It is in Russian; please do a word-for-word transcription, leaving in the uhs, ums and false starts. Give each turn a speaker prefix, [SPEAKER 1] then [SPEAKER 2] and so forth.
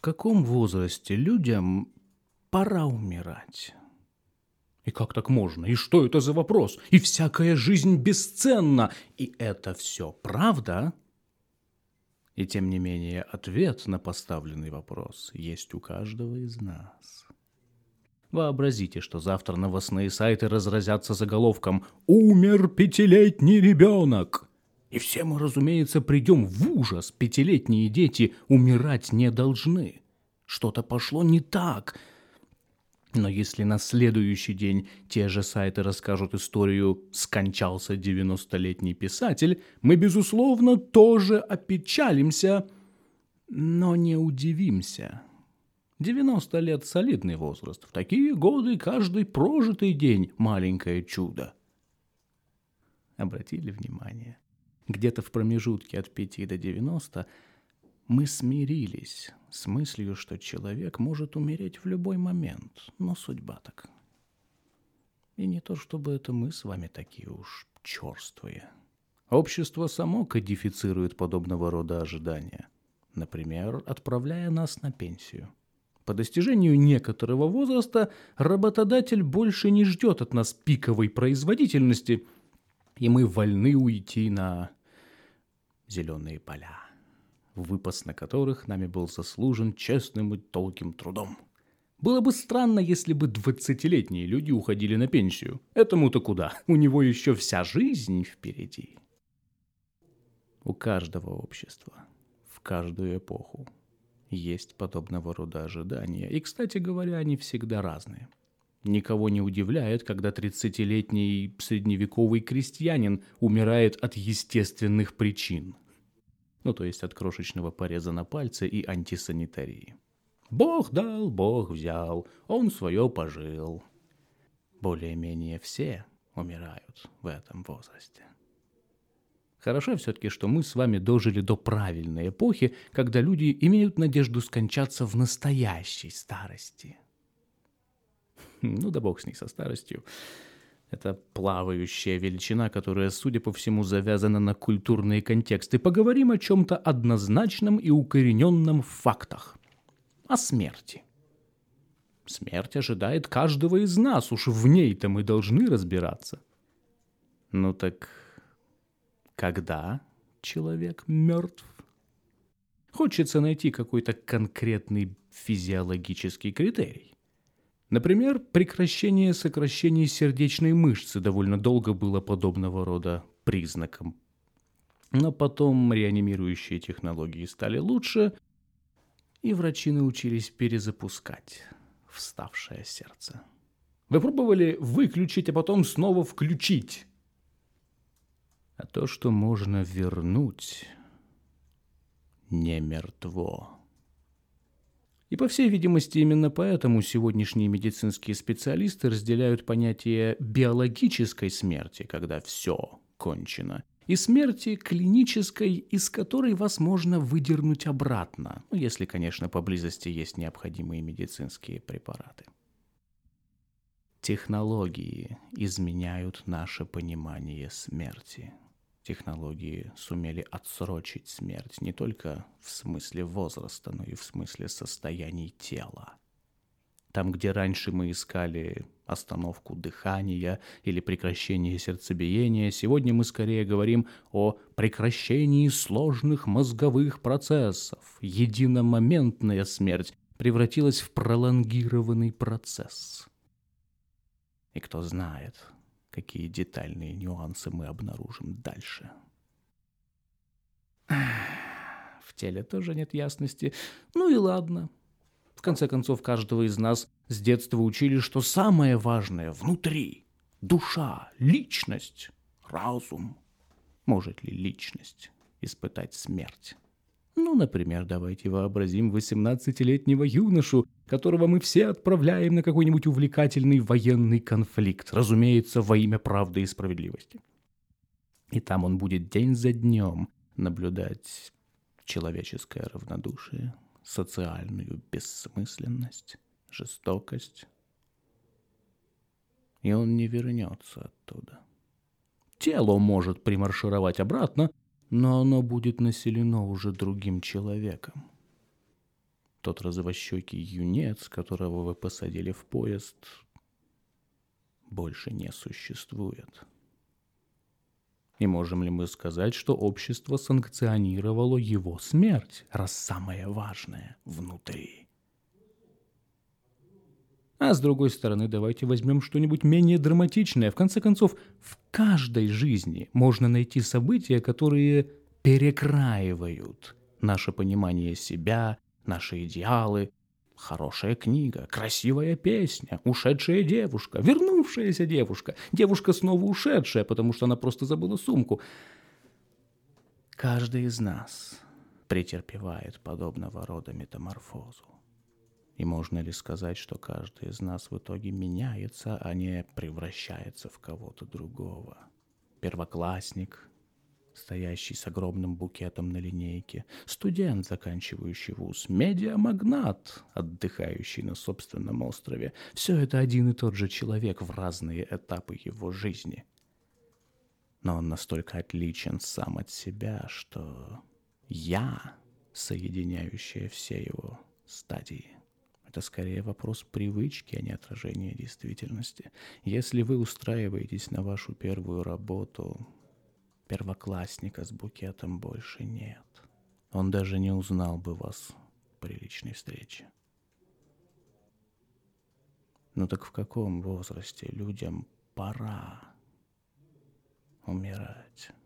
[SPEAKER 1] каком возрасте людям пора умирать? И как так можно? И что это за вопрос? И всякая жизнь бесценна. И это все правда? И тем не менее ответ на поставленный вопрос есть у каждого из нас. Вообразите, что завтра новостные сайты разразятся заголовком «Умер пятилетний ребенок». И все мы, разумеется, придем в ужас. Пятилетние дети умирать не должны. Что-то пошло не так. Но если на следующий день те же сайты расскажут историю «Скончался девяностолетний писатель», мы, безусловно, тоже опечалимся, но не удивимся. девяносто лет – солидный возраст. В такие годы каждый прожитый день – маленькое чудо. Обратили внимание? Где-то в промежутке от пяти до девяноста мы смирились с мыслью, что человек может умереть в любой момент, но судьба так. И не то, чтобы это мы с вами такие уж черствые. Общество само кодифицирует подобного рода ожидания, например, отправляя нас на пенсию. По достижению некоторого возраста работодатель больше не ждет от нас пиковой производительности, и мы вольны уйти на зеленые поля, выпас на которых нами был заслужен честным и долгим трудом. Было бы странно, если бы двадцатилетние люди уходили на пенсию. Этому-то куда? У него еще вся жизнь впереди. У каждого общества, в каждую эпоху, есть подобного рода ожидания. И, кстати говоря, они всегда разные. Никого не удивляет, когда тридцатилетний средневековый крестьянин умирает от естественных причин. Ну, то есть от крошечного пореза на пальце и антисанитарии. Бог дал, Бог взял, он свое пожил. Более-менее все умирают в этом возрасте. Хорошо все-таки, что мы с вами дожили до правильной эпохи, когда люди имеют надежду скончаться в настоящей старости. Ну да бог с ней, со старостью. Это плавающая величина, которая, судя по всему, завязана на культурные контексты. Поговорим о чем-то однозначном и укорененном в фактах. О смерти. Смерть ожидает каждого из нас, уж в ней-то мы должны разбираться. Ну так когда человек мертв? Хочется найти какой-то конкретный физиологический критерий. Например, прекращение сокращения сердечной мышцы довольно долго было подобного рода признаком. Но потом реанимирующие технологии стали лучше, и врачи научились перезапускать вставшее сердце. Вы пробовали выключить, а потом снова включить? А то, что можно вернуть, не мертво. И, по всей видимости, именно поэтому сегодняшние медицинские специалисты разделяют понятие биологической смерти, когда все кончено, и смерти клинической, из которой вас можно выдернуть обратно, ну, если, конечно, поблизости есть необходимые медицинские препараты. Технологии изменяют наше понимание смерти. Технологии сумели отсрочить смерть не только в смысле возраста, но и в смысле состояний тела. Там, где раньше мы искали остановку дыхания или прекращение сердцебиения, сегодня мы скорее говорим о прекращении сложных мозговых процессов. Единомоментная смерть превратилась в пролонгированный процесс. И кто знает, какие детальные нюансы мы обнаружим дальше. В теле тоже нет ясности. Ну и ладно. В конце концов, каждого из нас с детства учили, что самое важное внутри – душа, личность, разум. Может ли личность испытать смерть? Ну, например, давайте вообразим восемнадцатилетнего юношу, которого мы все отправляем на какой-нибудь увлекательный военный конфликт, разумеется, во имя правды и справедливости. И там он будет день за днем наблюдать человеческое равнодушие, социальную бессмысленность, жестокость. И он не вернется оттуда. Тело может примаршировать обратно, но оно будет населено уже другим человеком. Тот розовощекий юнец, которого вы посадили в поезд, больше не существует. И можем ли мы сказать, что общество санкционировало его смерть, раз самое важное внутри? А с другой стороны, давайте возьмем что-нибудь менее драматичное. В конце концов, в каждой жизни можно найти события, которые перекраивают наше понимание себя, наши идеалы. Хорошая книга, красивая песня, ушедшая девушка, вернувшаяся девушка, девушка снова ушедшая, потому что она просто забыла сумку. Каждый из нас претерпевает подобного рода метаморфозу. И можно ли сказать, что каждый из нас в итоге меняется, а не превращается в кого-то другого? Первоклассник, стоящий с огромным букетом на линейке, студент, заканчивающий вуз, медиамагнат, отдыхающий на собственном острове. Все это один и тот же человек в разные этапы его жизни. Но он настолько отличен сам от себя, что «я», соединяющее все его стадии, это скорее вопрос привычки, а не отражения действительности. Если вы устраиваетесь на вашу первую работу, первоклассника с букетом больше нет. Он даже не узнал бы вас при личной встрече. Ну так в каком возрасте людям пора умирать?